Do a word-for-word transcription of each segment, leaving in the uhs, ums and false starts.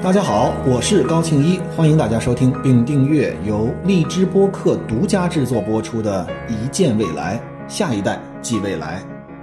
大家好，我是高庆一，欢迎大家收听并订阅由荔枝播客独家制作播出的一见未来，下一代即未来。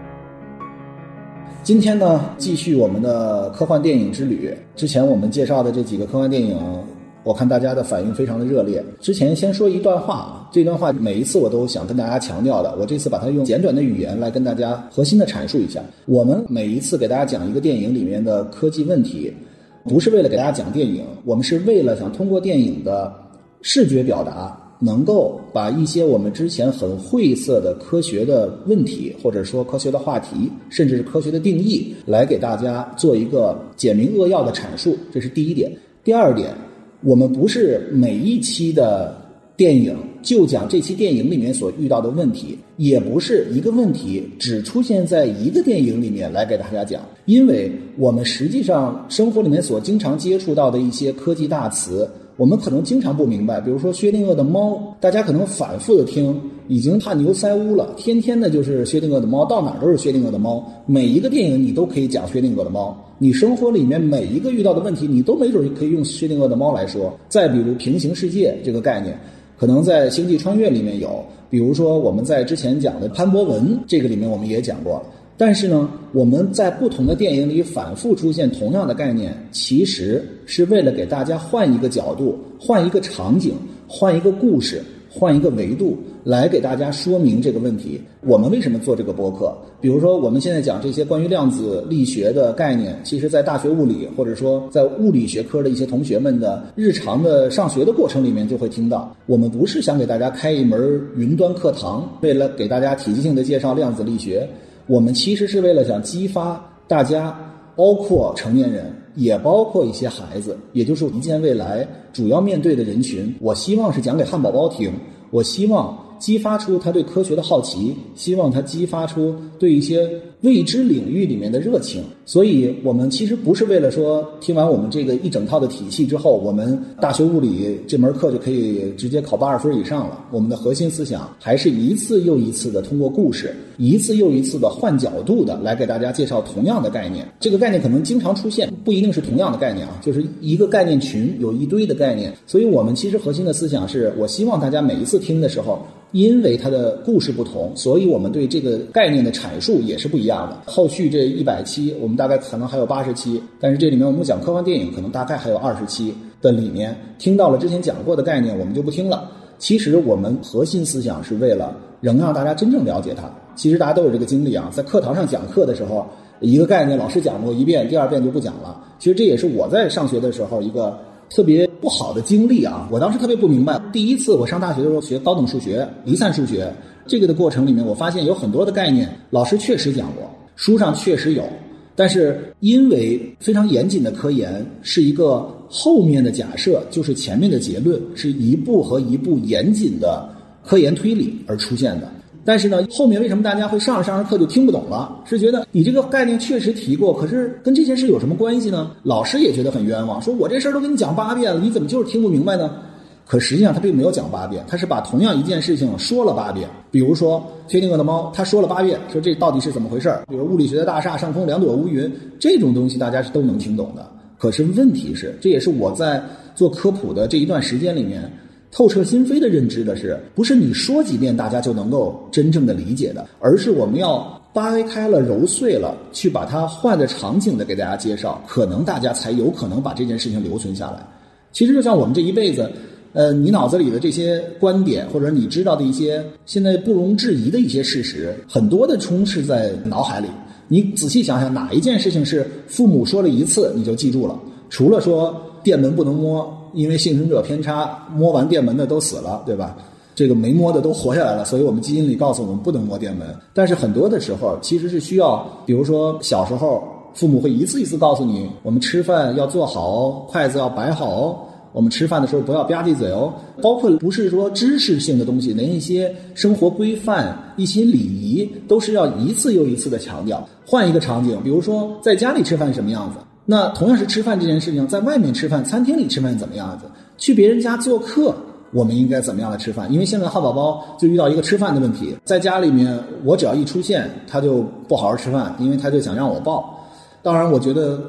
今天呢，继续我们的科幻电影之旅。之前我们介绍的这几个科幻电影，我看大家的反应非常的热烈。之前先说一段话啊，这段话每一次我都想跟大家强调的，我这次把它用简短的语言来跟大家核心的阐述一下。我们每一次给大家讲一个电影里面的科技问题，不是为了给大家讲电影，我们是为了想通过电影的视觉表达，能够把一些我们之前很晦涩的科学的问题，或者说科学的话题，甚至是科学的定义，来给大家做一个简明扼要的阐述，这是第一点。第二点，我们不是每一期的电影就讲这期电影里面所遇到的问题，也不是一个问题只出现在一个电影里面来给大家讲，因为我们实际上生活里面所经常接触到的一些科技大词，我们可能经常不明白。比如说薛定谔的猫，大家可能反复的听，已经怕牛塞屋了，天天的就是薛定谔的猫，到哪儿都是薛定谔的猫，每一个电影你都可以讲薛定谔的猫，你生活里面每一个遇到的问题你都没准可以用薛定谔的猫来说。再比如平行世界这个概念，可能在星际穿越里面有，比如说我们在之前讲的潘博文这个里面我们也讲过了。但是呢，我们在不同的电影里反复出现同样的概念，其实是为了给大家换一个角度，换一个场景，换一个故事，换一个维度，来给大家说明这个问题。我们为什么做这个播客？比如说我们现在讲这些关于量子力学的概念，其实在大学物理或者说在物理学科的一些同学们的日常的上学的过程里面就会听到。我们不是想给大家开一门云端课堂，为了给大家体系性的介绍量子力学，我们其实是为了想激发大家，包括成年人，也包括一些孩子，也就是一见未来主要面对的人群。我希望是讲给汉堡包听，我希望激发出他对科学的好奇，希望他激发出对一些未知领域里面的热情。所以我们其实不是为了说听完我们这个一整套的体系之后，我们大学物理这门课就可以直接考八十分以上了。我们的核心思想还是一次又一次的通过故事，一次又一次的换角度的来给大家介绍同样的概念。这个概念可能经常出现，不一定是同样的概念啊，就是一个概念群有一堆的概念。所以我们其实核心的思想是，我希望大家每一次听的时候，因为它的故事不同，所以我们对这个概念的阐述也是不一样的。后续这一百期，我们大概可能还有八十期，但是这里面我们讲科幻电影可能大概还有二十期的里面，听到了之前讲过的概念我们就不听了。其实我们核心思想是为了能让大家真正了解它。其实大家都有这个经历啊，在课堂上讲课的时候，一个概念老师讲过一遍，第二遍就不讲了。其实这也是我在上学的时候一个特别不好的经历啊！我当时特别不明白，第一次我上大学的时候学高等数学、离散数学，这个的过程里面，我发现有很多的概念，老师确实讲过，书上确实有，但是因为非常严谨的科研是一个后面的假设，就是前面的结论，是一步和一步严谨的科研推理而出现的。但是呢，后面为什么大家会上着上着课就听不懂了？是觉得你这个概念确实提过，可是跟这件事有什么关系呢？老师也觉得很冤枉，说我这事儿都跟你讲八遍了，你怎么就是听不明白呢？可实际上他并没有讲八遍，他是把同样一件事情说了八遍。比如说薛定谔的猫，他说了八遍，说这到底是怎么回事？比如物理学的大厦上空两朵乌云，这种东西大家是都能听懂的。可是问题是，这也是我在做科普的这一段时间里面透彻心扉的认知的是，不是你说几遍大家就能够真正的理解的，而是我们要掰开了揉碎了去把它换着场景的给大家介绍，可能大家才有可能把这件事情留存下来。其实就像我们这一辈子呃，你脑子里的这些观点，或者你知道的一些现在不容置疑的一些事实，很多的充斥在脑海里。你仔细想想，哪一件事情是父母说了一次你就记住了？除了说电门不能摸，因为幸存者偏差，摸完电门的都死了，对吧？这个没摸的都活下来了，所以我们基因里告诉我们不能摸电门。但是很多的时候其实是需要，比如说小时候父母会一次一次告诉你，我们吃饭要坐好哦，筷子要摆好哦，我们吃饭的时候不要吧唧嘴哦。包括不是说知识性的东西，连一些生活规范、一些礼仪都是要一次又一次的强调。换一个场景，比如说在家里吃饭什么样子，那同样是吃饭这件事情，在外面吃饭，餐厅里吃饭怎么样子？去别人家做客，我们应该怎么样的吃饭？因为现在汉堡包就遇到一个吃饭的问题，在家里面我只要一出现，他就不好好吃饭，因为他就想让我抱。当然我觉得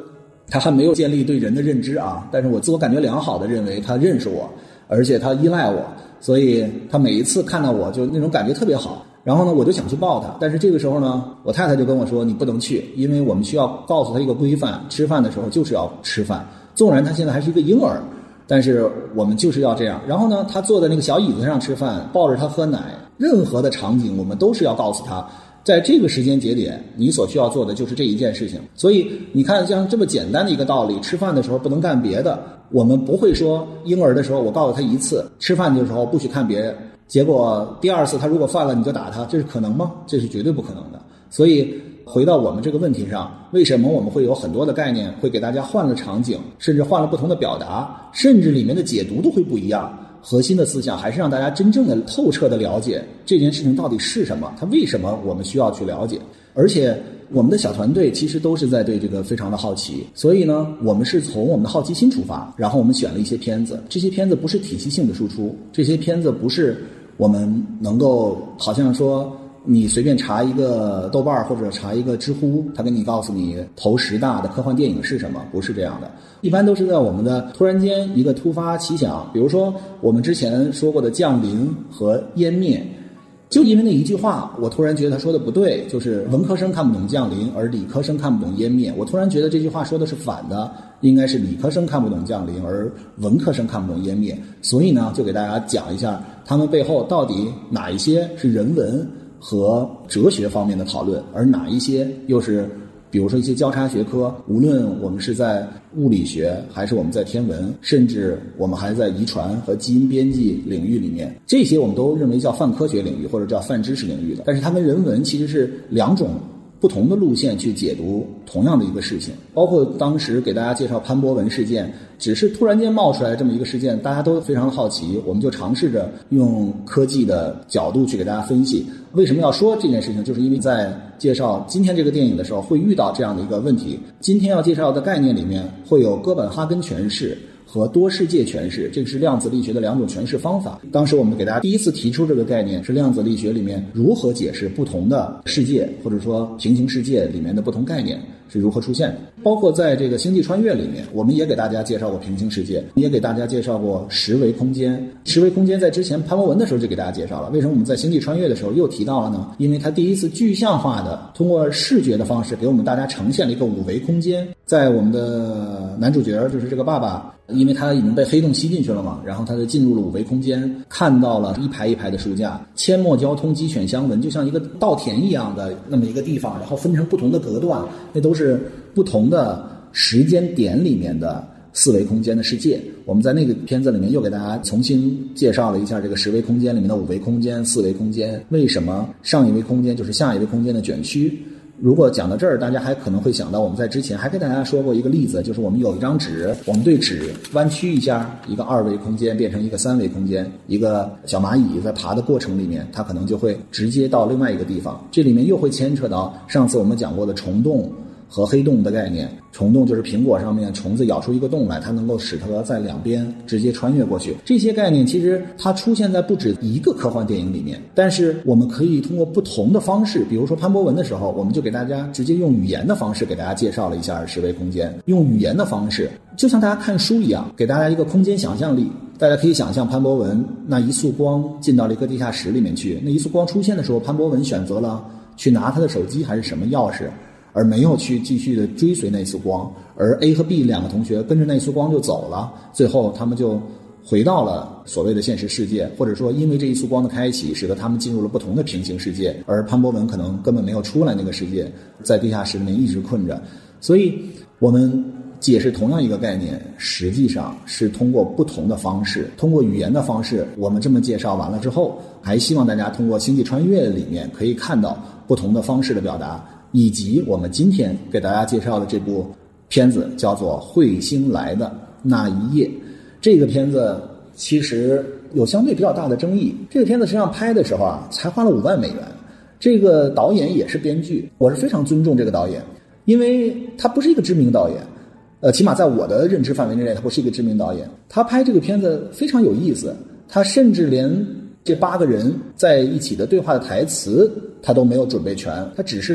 他还没有建立对人的认知啊，但是我自我感觉良好的认为他认识我，而且他依赖我，所以他每一次看到我就那种感觉特别好。然后呢，我就想去抱他，但是这个时候呢，我太太就跟我说，你不能去，因为我们需要告诉他一个规范，吃饭的时候就是要吃饭，纵然他现在还是一个婴儿，但是我们就是要这样。然后呢，他坐在那个小椅子上吃饭，抱着他喝奶，任何的场景我们都是要告诉他，在这个时间节点你所需要做的就是这一件事情。所以你看，像这么简单的一个道理，吃饭的时候不能干别的，我们不会说婴儿的时候我告诉他一次，吃饭的时候不许看别人，结果第二次他如果犯了你就打他，这是可能吗？这是绝对不可能的。所以回到我们这个问题上，为什么我们会有很多的概念会给大家换了场景，甚至换了不同的表达，甚至里面的解读都会不一样，核心的思想还是让大家真正的透彻的了解这件事情到底是什么，它为什么我们需要去了解。而且我们的小团队其实都是在对这个非常的好奇，所以呢，我们是从我们的好奇心出发，然后我们选了一些片子，这些片子不是体系性的输出，这些片子不是我们能够好像说你随便查一个豆瓣或者查一个知乎，他给你告诉你头十大的科幻电影是什么，不是这样的，一般都是在我们的突然间一个突发奇想，比如说我们之前说过的降临和湮灭，就因为那一句话，我突然觉得他说的不对，就是文科生看不懂降临，而理科生看不懂湮灭。我突然觉得这句话说的是反的，应该是理科生看不懂降临，而文科生看不懂湮灭。所以呢，就给大家讲一下他们背后到底哪一些是人文和哲学方面的讨论，而哪一些又是比如说一些交叉学科，无论我们是在物理学还是我们在天文，甚至我们还在遗传和基因编辑领域里面，这些我们都认为叫泛科学领域或者叫泛知识领域的，但是它跟人文其实是两种不同的路线去解读同样的一个事情。包括当时给大家介绍潘博文事件，只是突然间冒出来这么一个事件，大家都非常的好奇，我们就尝试着用科技的角度去给大家分析为什么要说这件事情，就是因为在介绍今天这个电影的时候会遇到这样的一个问题。今天要介绍的概念里面会有哥本哈根诠释和多世界诠释，这个是量子力学的两种诠释方法。当时我们给大家第一次提出这个概念，是量子力学里面如何解释不同的世界，或者说平行世界里面的不同概念是如何出现的。包括在这个星际穿越里面，我们也给大家介绍过平行世界，也给大家介绍过十维空间。十维空间在之前潘博文的时候就给大家介绍了，为什么我们在星际穿越的时候又提到了呢？因为它第一次具象化的通过视觉的方式给我们大家呈现了一个五维空间。在我们的男主角就是这个爸爸，因为他已经被黑洞吸进去了嘛，然后他就进入了五维空间，看到了一排一排的书架，阡陌交通，鸡犬相闻，就像一个稻田一样的那么一个地方，然后分成不同的隔段，那都是不同的时间点里面的四维空间的世界。我们在那个片子里面又给大家重新介绍了一下这个十维空间里面的五维空间、四维空间，为什么上一维空间就是下一维空间的卷曲。如果讲到这儿，大家还可能会想到我们在之前还跟大家说过一个例子，就是我们有一张纸，我们对纸弯曲一下，一个二维空间变成一个三维空间，一个小蚂蚁在爬的过程里面，它可能就会直接到另外一个地方。这里面又会牵扯到上次我们讲过的虫洞和黑洞的概念。虫洞就是苹果上面虫子咬出一个洞来，它能够使它在两边直接穿越过去。这些概念其实它出现在不止一个科幻电影里面，但是我们可以通过不同的方式，比如说潘博文的时候，我们就给大家直接用语言的方式给大家介绍了一下十维空间，用语言的方式就像大家看书一样，给大家一个空间想象力。大家可以想象潘博文那一束光进到了一个地下室里面去，那一束光出现的时候，潘博文选择了去拿他的手机还是什么钥匙，而没有去继续的追随那束光，而 A 和 B 两个同学跟着那束光就走了，最后他们就回到了所谓的现实世界，或者说因为这一束光的开启使得他们进入了不同的平行世界，而潘博文可能根本没有出来那个世界，在地下室里面一直困着。所以我们解释同样一个概念，实际上是通过不同的方式，通过语言的方式。我们这么介绍完了之后，还希望大家通过星际穿越里面可以看到不同的方式的表达，以及我们今天给大家介绍的这部片子叫做《彗星来的那一夜》。这个片子其实有相对比较大的争议，这个片子实际上拍的时候啊，才花了五万美元。这个导演也是编剧，我是非常尊重这个导演，因为他不是一个知名导演，呃，起码在我的认知范围之内，他不是一个知名导演。他拍这个片子非常有意思，他甚至连这八个人在一起的对话的台词他都没有准备全，他只是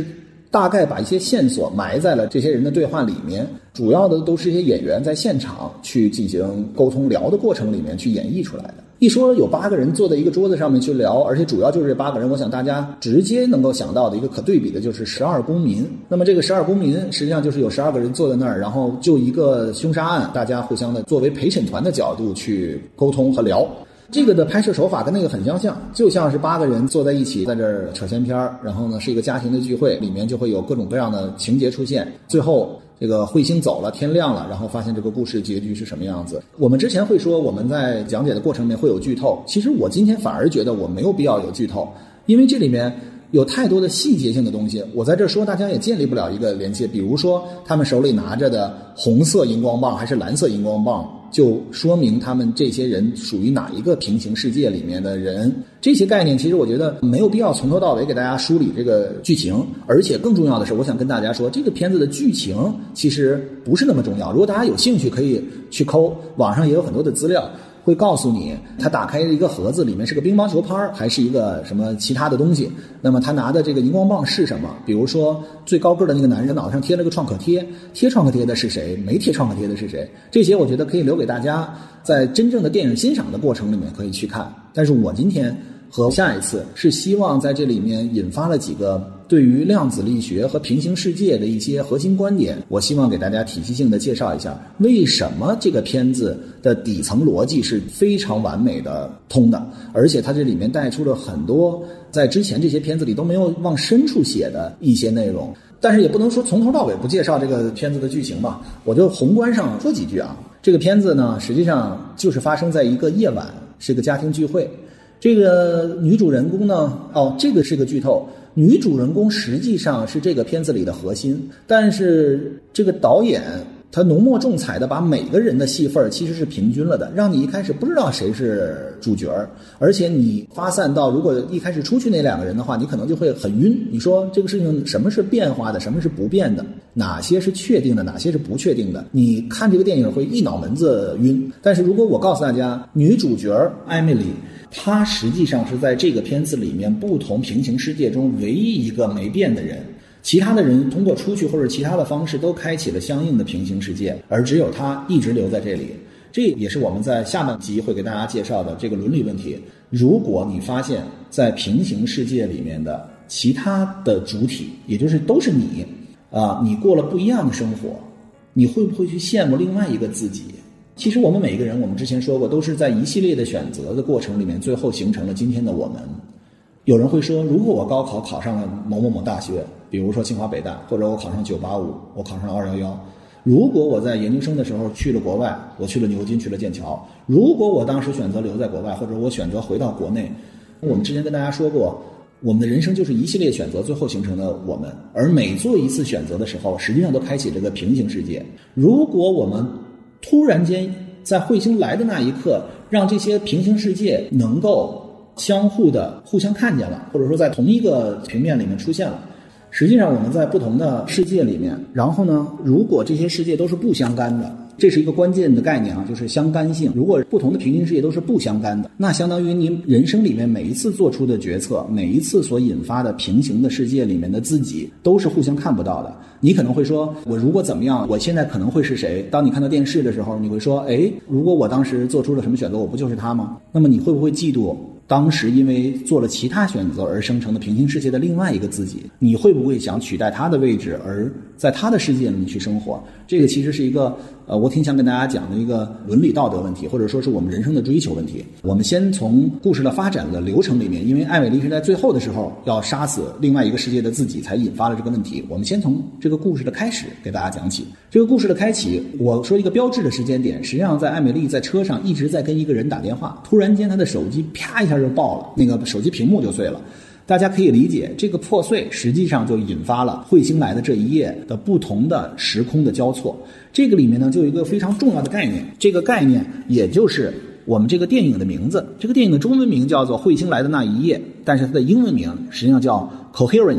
大概把一些线索埋在了这些人的对话里面，主要的都是一些演员在现场去进行沟通聊的过程里面去演绎出来的。一说有八个人坐在一个桌子上面去聊，而且主要就是这八个人，我想大家直接能够想到的一个可对比的就是十二公民。那么这个十二公民实际上就是有十二个人坐在那儿，然后就一个凶杀案，大家互相的作为陪审团的角度去沟通和聊。这个的拍摄手法跟那个很相像，就像是八个人坐在一起在这儿扯闲篇，然后呢是一个家庭的聚会，里面就会有各种各样的情节出现，最后这个彗星走了，天亮了，然后发现这个故事结局是什么样子。我们之前会说我们在讲解的过程里面会有剧透，其实我今天反而觉得我没有必要有剧透，因为这里面有太多的细节性的东西，我在这说大家也建立不了一个连接。比如说他们手里拿着的红色荧光棒还是蓝色荧光棒，就说明他们这些人属于哪一个平行世界里面的人。这些概念其实我觉得没有必要从头到尾给大家梳理这个剧情，而且更重要的是我想跟大家说，这个片子的剧情其实不是那么重要。如果大家有兴趣可以去抠，网上也有很多的资料会告诉你他打开一个盒子，里面是个乒乓球拍还是一个什么其他的东西，那么他拿的这个荧光棒是什么。比如说最高个的那个男人脑袋上贴了个创可贴，贴创可贴的是谁，没贴创可贴的是谁，这些我觉得可以留给大家在真正的电影欣赏的过程里面可以去看。但是我今天和下一次是希望在这里面引发了几个对于量子力学和平行世界的一些核心观点，我希望给大家体系性的介绍一下为什么这个片子的底层逻辑是非常完美的通的，而且它这里面带出了很多在之前这些片子里都没有往深处写的一些内容。但是也不能说从头到尾不介绍这个片子的剧情吧，我就宏观上说几句啊。这个片子呢实际上就是发生在一个夜晚，是个家庭聚会。这个女主人公呢，哦，这个是个剧透，女主人公实际上是这个片子里的核心，但是这个导演他浓墨重彩的把每个人的戏份其实是平均了的，让你一开始不知道谁是主角，而且你发散到如果一开始出去那两个人的话，你可能就会很晕。你说这个事情什么是变化的，什么是不变的，哪些是确定的，哪些是不确定的，你看这个电影会一脑门子晕。但是如果我告诉大家，女主角艾米丽她实际上是在这个片子里面不同平行世界中唯一一个没变的人，其他的人通过出去或者其他的方式都开启了相应的平行世界，而只有他一直留在这里。这也是我们在下半集会给大家介绍的这个伦理问题。如果你发现在平行世界里面的其他的主体，也就是都是你啊，你过了不一样的生活，你会不会去羡慕另外一个自己？其实我们每一个人，我们之前说过，都是在一系列的选择的过程里面最后形成了今天的我们。有人会说，如果我高考考上了某某某大学，比如说清华北大，或者我考上九八五，我考上二一一，如果我在研究生的时候去了国外，我去了牛津，去了剑桥，如果我当时选择留在国外，或者我选择回到国内，我们之前跟大家说过，我们的人生就是一系列选择最后形成的我们，而每做一次选择的时候，实际上都开启这个平行世界。如果我们突然间在彗星来的那一刻，让这些平行世界能够相互的互相看见了，或者说在同一个平面里面出现了，实际上我们在不同的世界里面，然后呢，如果这些世界都是不相干的，这是一个关键的概念啊，就是相干性。如果不同的平行世界都是不相干的，那相当于您人生里面每一次做出的决策，每一次所引发的平行的世界里面的自己都是互相看不到的。你可能会说，我如果怎么样，我现在可能会是谁？当你看到电视的时候，你会说，诶，如果我当时做出了什么选择，我不就是他吗？那么你会不会嫉妒当时因为做了其他选择而生成的平行世界的另外一个自己？你会不会想取代他的位置，而在他的世界里面去生活？这个其实是一个呃，我挺想跟大家讲的一个伦理道德问题，或者说是我们人生的追求问题。我们先从故事的发展的流程里面，因为艾美丽是在最后的时候要杀死另外一个世界的自己，才引发了这个问题。我们先从这个故事的开始给大家讲起。这个故事的开启，我说一个标志的时间点，实际上在艾美丽在车上一直在跟一个人打电话，突然间她的手机啪一下就爆了，那个手机屏幕就碎了。大家可以理解，这个破碎实际上就引发了彗星来的这一夜的不同的时空的交错。这个里面呢，就有一个非常重要的概念，这个概念也就是我们这个电影的名字。这个电影的中文名叫做《彗星来的那一夜》，但是它的英文名实际上叫 Coherence。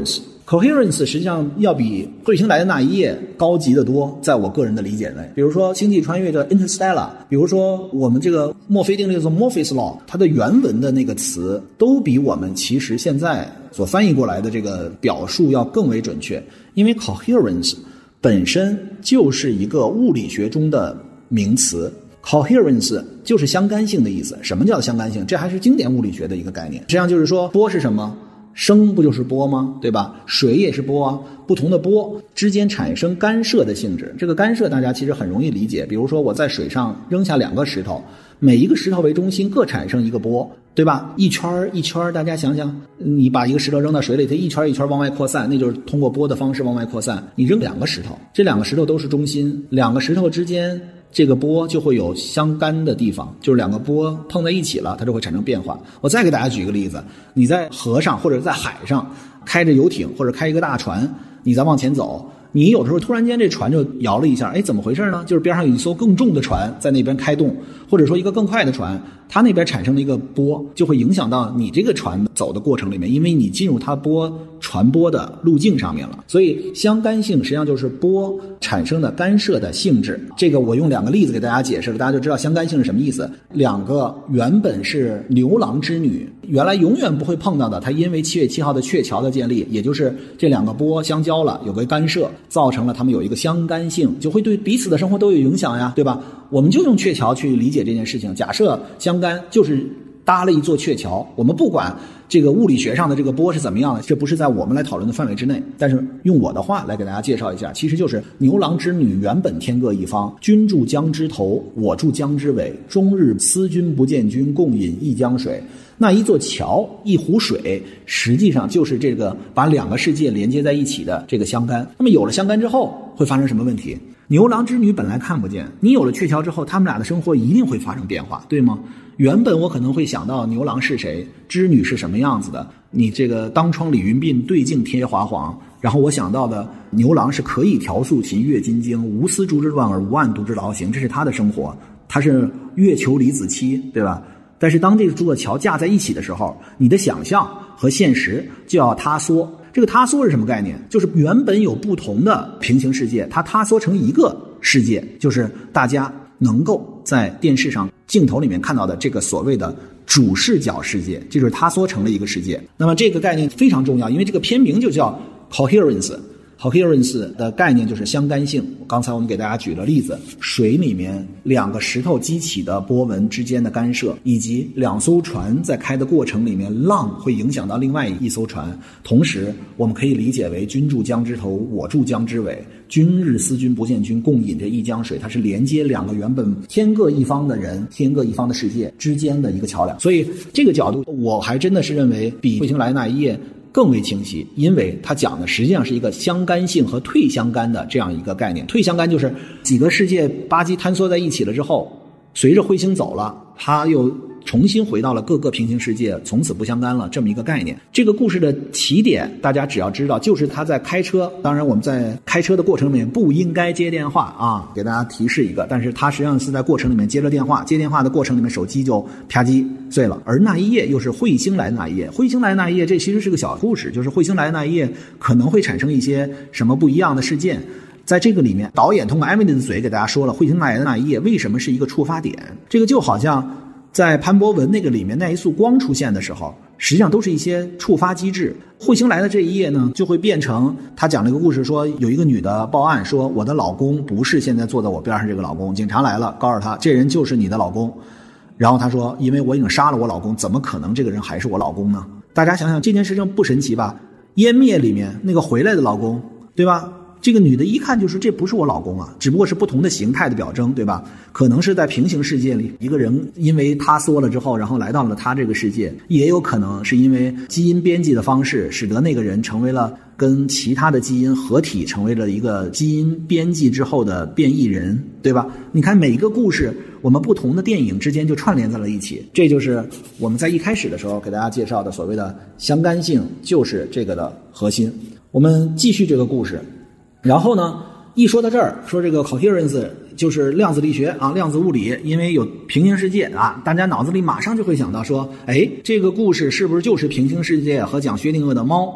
coherence 实际上要比彗星来的那一夜高级得多，在我个人的理解内。比如说星际穿越的 Interstellar， 比如说我们这个墨菲定律的 Murphy's Law， 它的原文的那个词都比我们其实现在所翻译过来的这个表述要更为准确。因为 coherence 本身就是一个物理学中的名词， coherence 就是相干性的意思。什么叫相干性？这还是经典物理学的一个概念。实际上就是说波是什么？声不就是波吗？对吧？水也是波啊，不同的波之间产生干涉的性质。这个干涉大家其实很容易理解，比如说我在水上扔下两个石头，每一个石头为中心各产生一个波，对吧？一圈一圈，大家想想，你把一个石头扔到水里，它一圈一圈往外扩散，那就是通过波的方式往外扩散。你扔两个石头，这两个石头都是中心，两个石头之间这个波就会有相干的地方，就是两个波碰在一起了，它就会产生变化。我再给大家举一个例子，你在河上或者在海上开着游艇或者开一个大船，你再往前走，你有的时候突然间这船就摇了一下，哎，怎么回事呢？就是边上有一艘更重的船在那边开动，或者说一个更快的船，它那边产生了一个波，就会影响到你这个船走的过程里面，因为你进入它波传播的路径上面了。所以相干性实际上就是波产生的干涉的性质。这个我用两个例子给大家解释了，大家就知道相干性是什么意思。两个原本是牛郎织女，原来永远不会碰到的，它因为七月七号的鹊桥的建立，也就是这两个波相交了，有个干涉，造成了它们有一个相干性，就会对彼此的生活都有影响呀，对吧？我们就用鹊桥去理解这件事情，假设相干就是搭了一座鹊桥，我们不管这个物理学上的这个波是怎么样的，这不是在我们来讨论的范围之内，但是用我的话来给大家介绍一下，其实就是牛郎织女原本天各一方，君住江之头，我住江之尾，终日思君不见君，共饮一江水。那一座桥，一湖水，实际上就是这个把两个世界连接在一起的这个相干。那么有了相干之后会发生什么问题？牛郎织女本来看不见，你有了鹊桥之后，他们俩的生活一定会发生变化，对吗？原本我可能会想到牛郎是谁，织女是什么样子的，你这个当窗理云鬓，对镜贴华黄，然后我想到的牛郎是可以调素琴，阅金经，无丝竹之乱耳，无案牍之劳形，这是他的生活，他是月求李子期，对吧？但是当这座桥架在一起的时候，你的想象和现实就要塌缩。这个塌缩是什么概念？就是原本有不同的平行世界，它塌缩成一个世界，就是大家能够在电视上镜头里面看到的这个所谓的主视角世界，这就是塌缩成了一个世界。那么这个概念非常重要，因为这个片名就叫 coherence。coherence 的概念就是相干性。刚才我们给大家举了例子，水里面两个石头激起的波纹之间的干涉，以及两艘船在开的过程里面，浪会影响到另外一艘船。同时我们可以理解为君住江之头，我住江之尾，君日思君不见君，共饮这一江水，它是连接两个原本天各一方的人，天各一方的世界之间的一个桥梁。所以这个角度我还真的是认为比彗星来那一夜更为清晰，因为它讲的实际上是一个相干性和退相干的这样一个概念。退相干就是几个世界吧唧坍缩在一起了之后，随着彗星走了，它又重新回到了各个平行世界，从此不相干了，这么一个概念。这个故事的起点大家只要知道，就是他在开车，当然我们在开车的过程里面不应该接电话啊，给大家提示一个，但是他实际上是在过程里面接了电话，接电话的过程里面手机就啪叽碎了。而那一夜又是彗星来的那一夜，彗星来的那一夜这其实是个小故事，就是彗星来的那一夜可能会产生一些什么不一样的事件。在这个里面，导演通过艾米丽的嘴给大家说了彗星来的那一夜为什么是一个触发点。这个就好像在潘博文那个里面那一束光出现的时候，实际上都是一些触发机制。彗星来的这一夜呢，就会变成他讲了一个故事，说有一个女的报案说我的老公不是现在坐在我边上这个老公，警察来了告诉他这人就是你的老公，然后他说因为我已经杀了我老公，怎么可能这个人还是我老公呢？大家想想这件事情不神奇吧？湮灭里面那个回来的老公，对吧？这个女的一看就是这不是我老公啊，只不过是不同的形态的表征，对吧？可能是在平行世界里，一个人因为塌缩了之后，然后来到了他这个世界，也有可能是因为基因编辑的方式，使得那个人成为了跟其他的基因合体，成为了一个基因编辑之后的变异人，对吧？你看每一个故事，我们不同的电影之间就串联在了一起，这就是我们在一开始的时候给大家介绍的所谓的相干性，就是这个的核心。我们继续这个故事。然后呢，一说到这儿，说这个 coherence 就是量子力学啊，量子物理，因为有平行世界啊，大家脑子里马上就会想到说，哎，这个故事是不是就是平行世界和讲薛定谔的猫？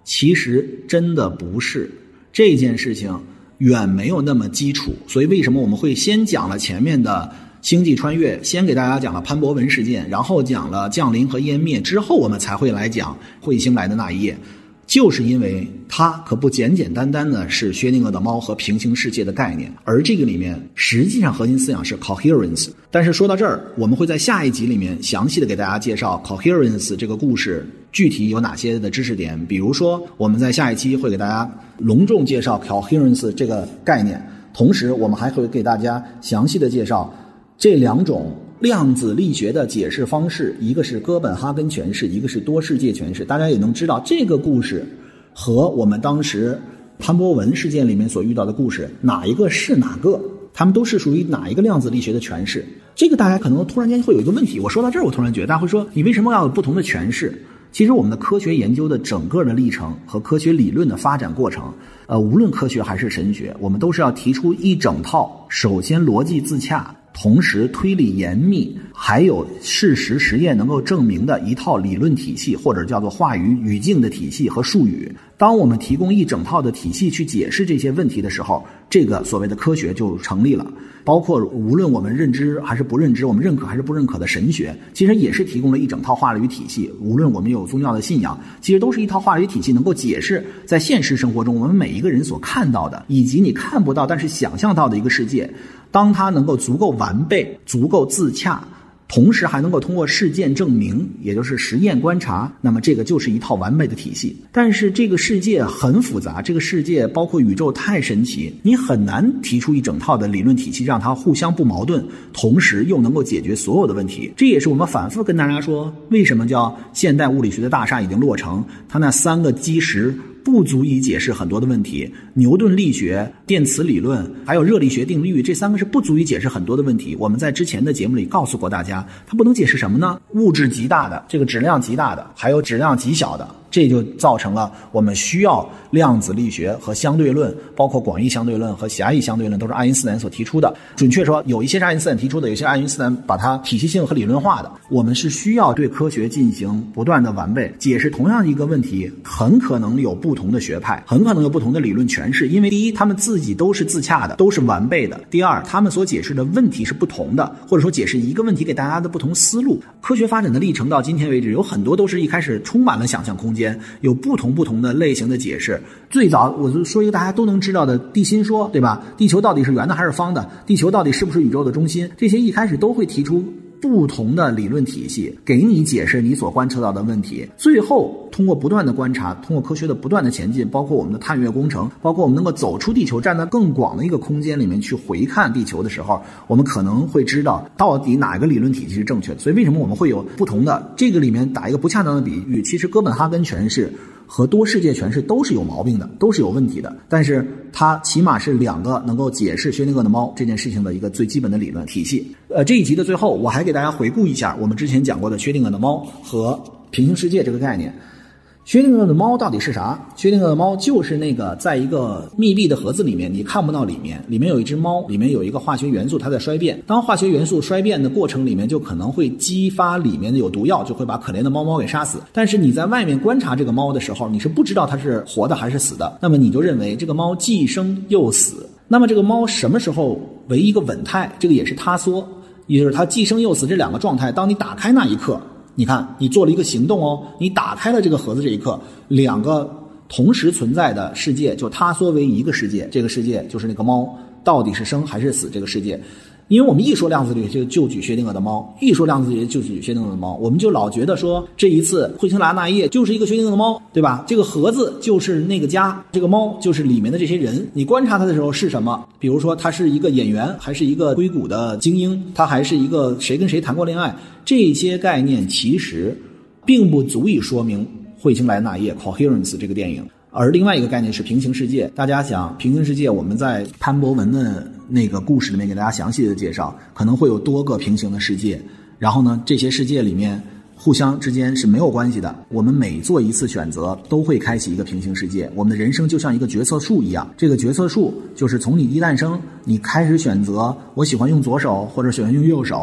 其实真的不是，这件事情远没有那么基础。所以为什么我们会先讲了前面的星际穿越，先给大家讲了潘博文事件，然后讲了降临和湮灭，之后我们才会来讲彗星来的那一夜，就是因为它可不简简单单的是薛定谔的猫和平行世界的概念，而这个里面实际上核心思想是 coherence。 但是说到这儿，我们会在下一集里面详细的给大家介绍 coherence 这个故事具体有哪些的知识点，比如说我们在下一期会给大家隆重介绍 coherence 这个概念，同时我们还会给大家详细的介绍这两种量子力学的解释方式，一个是哥本哈根诠释，一个是多世界诠释。大家也能知道这个故事和我们当时潘博文事件里面所遇到的故事哪一个是哪个，他们都是属于哪一个量子力学的诠释。这个大家可能突然间会有一个问题，我说到这儿我突然觉得大家会说，你为什么要有不同的诠释？其实我们的科学研究的整个的历程和科学理论的发展过程，呃，无论科学还是神学，我们都是要提出一整套首先逻辑自洽，同时推理严密，还有事实实验能够证明的一套理论体系，或者叫做话语语境的体系和术语。当我们提供一整套的体系去解释这些问题的时候，这个所谓的科学就成立了。包括无论我们认知还是不认知，我们认可还是不认可的神学，其实也是提供了一整套话语体系。无论我们有宗教的信仰，其实都是一套话语体系，能够解释在现实生活中我们每一个人所看到的，以及你看不到但是想象到的一个世界。当它能够足够完备，足够自洽，同时还能够通过事件证明，也就是实验观察，那么这个就是一套完美的体系。但是这个世界很复杂，这个世界包括宇宙太神奇，你很难提出一整套的理论体系让它互相不矛盾，同时又能够解决所有的问题。这也是我们反复跟大家说，为什么叫现代物理学的大厦已经落成，它那三个基石不足以解释很多的问题，牛顿力学、电磁理论还有热力学定律，这三个是不足以解释很多的问题。我们在之前的节目里告诉过大家，它不能解释什么呢？物质极大的，这个质量极大的，还有质量极小的，这就造成了我们需要量子力学和相对论，包括广义相对论和狭义相对论，都是爱因斯坦所提出的。准确说，有一些是爱因斯坦提出的，有些爱因斯坦把它体系性和理论化的。我们是需要对科学进行不断的完备，解释同样一个问题，很可能有不同的学派，很可能有不同的理论诠释。因为第一，他们自己都是自洽的，都是完备的；第二，他们所解释的问题是不同的，或者说解释一个问题给大家的不同思路。科学发展的历程到今天为止，有很多都是一开始充满了想象空间，有不同不同的类型的解释。最早我就说一个大家都能知道的地心说，对吧？地球到底是圆的还是方的？地球到底是不是宇宙的中心？这些一开始都会提出不同的理论体系，给你解释你所观测到的问题。最后通过不断的观察，通过科学的不断的前进，包括我们的探月工程，包括我们能够走出地球，站在更广的一个空间里面去回看地球的时候，我们可能会知道到底哪个理论体系是正确的。所以为什么我们会有不同的，这个里面打一个不恰当的比喻，其实哥本哈根诠释和多世界诠释都是有毛病的，都是有问题的，但是它起码是两个能够解释薛定谔的猫这件事情的一个最基本的理论体系。呃，这一集的最后我还给大家回顾一下我们之前讲过的薛定谔的猫和平行世界这个概念。薛定谔的猫到底是啥？薛定谔的猫就是那个在一个密闭的盒子里面，你看不到里面，里面有一只猫，里面有一个化学元素，它在衰变。当化学元素衰变的过程里面，就可能会激发里面的有毒药，就会把可怜的猫猫给杀死。但是你在外面观察这个猫的时候，你是不知道它是活的还是死的，那么你就认为这个猫既生又死。那么这个猫什么时候为一个稳态？这个也是他说，也就是它既生又死这两个状态，当你打开那一刻，你看你做了一个行动哦，你打开了这个盒子这一刻，两个同时存在的世界就塌缩为一个世界，这个世界就是那个猫到底是生还是死这个世界。因为我们一说量子力学就举薛定谔的猫，一说量子力学就举薛定谔的猫，我们就老觉得说这一次彗星来那一夜就是一个薛定谔的猫，对吧？这个盒子就是那个家，这个猫就是里面的这些人。你观察它的时候是什么？比如说它是一个演员，还是一个硅谷的精英，它还是一个谁跟谁谈过恋爱，这些概念其实并不足以说明彗星来那一夜 Coherence 这个电影。而另外一个概念是平行世界，大家想平行世界，我们在潘博文的那个故事里面给大家详细的介绍，可能会有多个平行的世界，然后呢，这些世界里面互相之间是没有关系的，我们每做一次选择都会开启一个平行世界。我们的人生就像一个决策树一样，这个决策树就是从你一诞生，你开始选择我喜欢用左手或者喜欢用右手，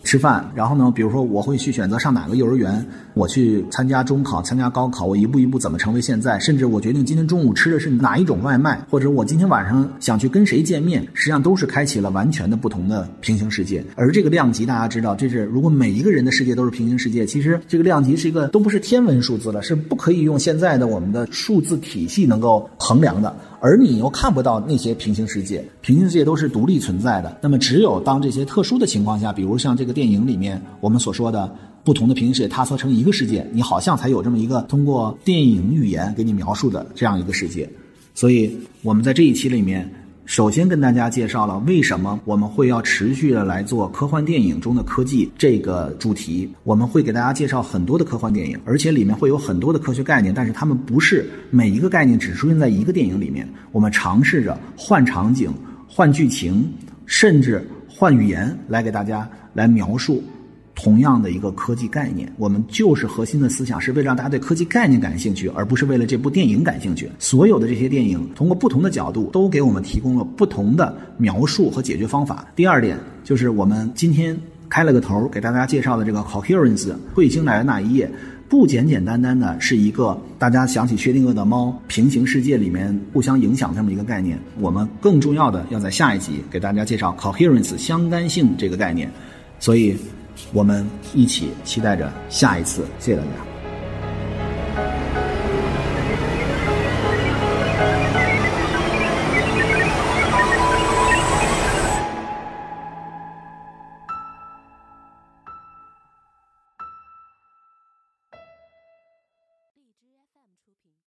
吃饭，然后呢，比如说我会去选择上哪个幼儿园，我去参加中考、参加高考，我一步一步怎么成为现在，甚至我决定今天中午吃的是哪一种外卖，或者我今天晚上想去跟谁见面，实际上都是开启了完全的不同的平行世界。而这个量级大家知道，这是如果每一个人的世界都是平行世界，其实这个量级是一个都不是天文数字了，是不可以用现在的我们的数字体系能够衡量的。而你又看不到那些平行世界，平行世界都是独立存在的。那么只有当这些特殊的情况下，比如像这个电影里面我们所说的不同的平行世界塌缩成一个世界，你好像才有这么一个通过电影语言给你描述的这样一个世界。所以我们在这一期里面首先跟大家介绍了为什么我们会要持续的来做科幻电影中的科技这个主题。我们会给大家介绍很多的科幻电影，而且里面会有很多的科学概念，但是它们不是每一个概念只出现在一个电影里面。我们尝试着换场景、换剧情，甚至换语言来给大家来描述同样的一个科技概念。我们就是核心的思想是为了让大家对科技概念感兴趣，而不是为了这部电影感兴趣。所有的这些电影通过不同的角度都给我们提供了不同的描述和解决方法。第二点就是我们今天开了个头给大家介绍的这个 coherence 彗星来的那一夜，不简简单单的是一个大家想起薛定谔的猫平行世界里面互相影响这么一个概念。我们更重要的要在下一集给大家介绍 coherence 相干性这个概念。所以我们一起期待着下一次，谢谢大家。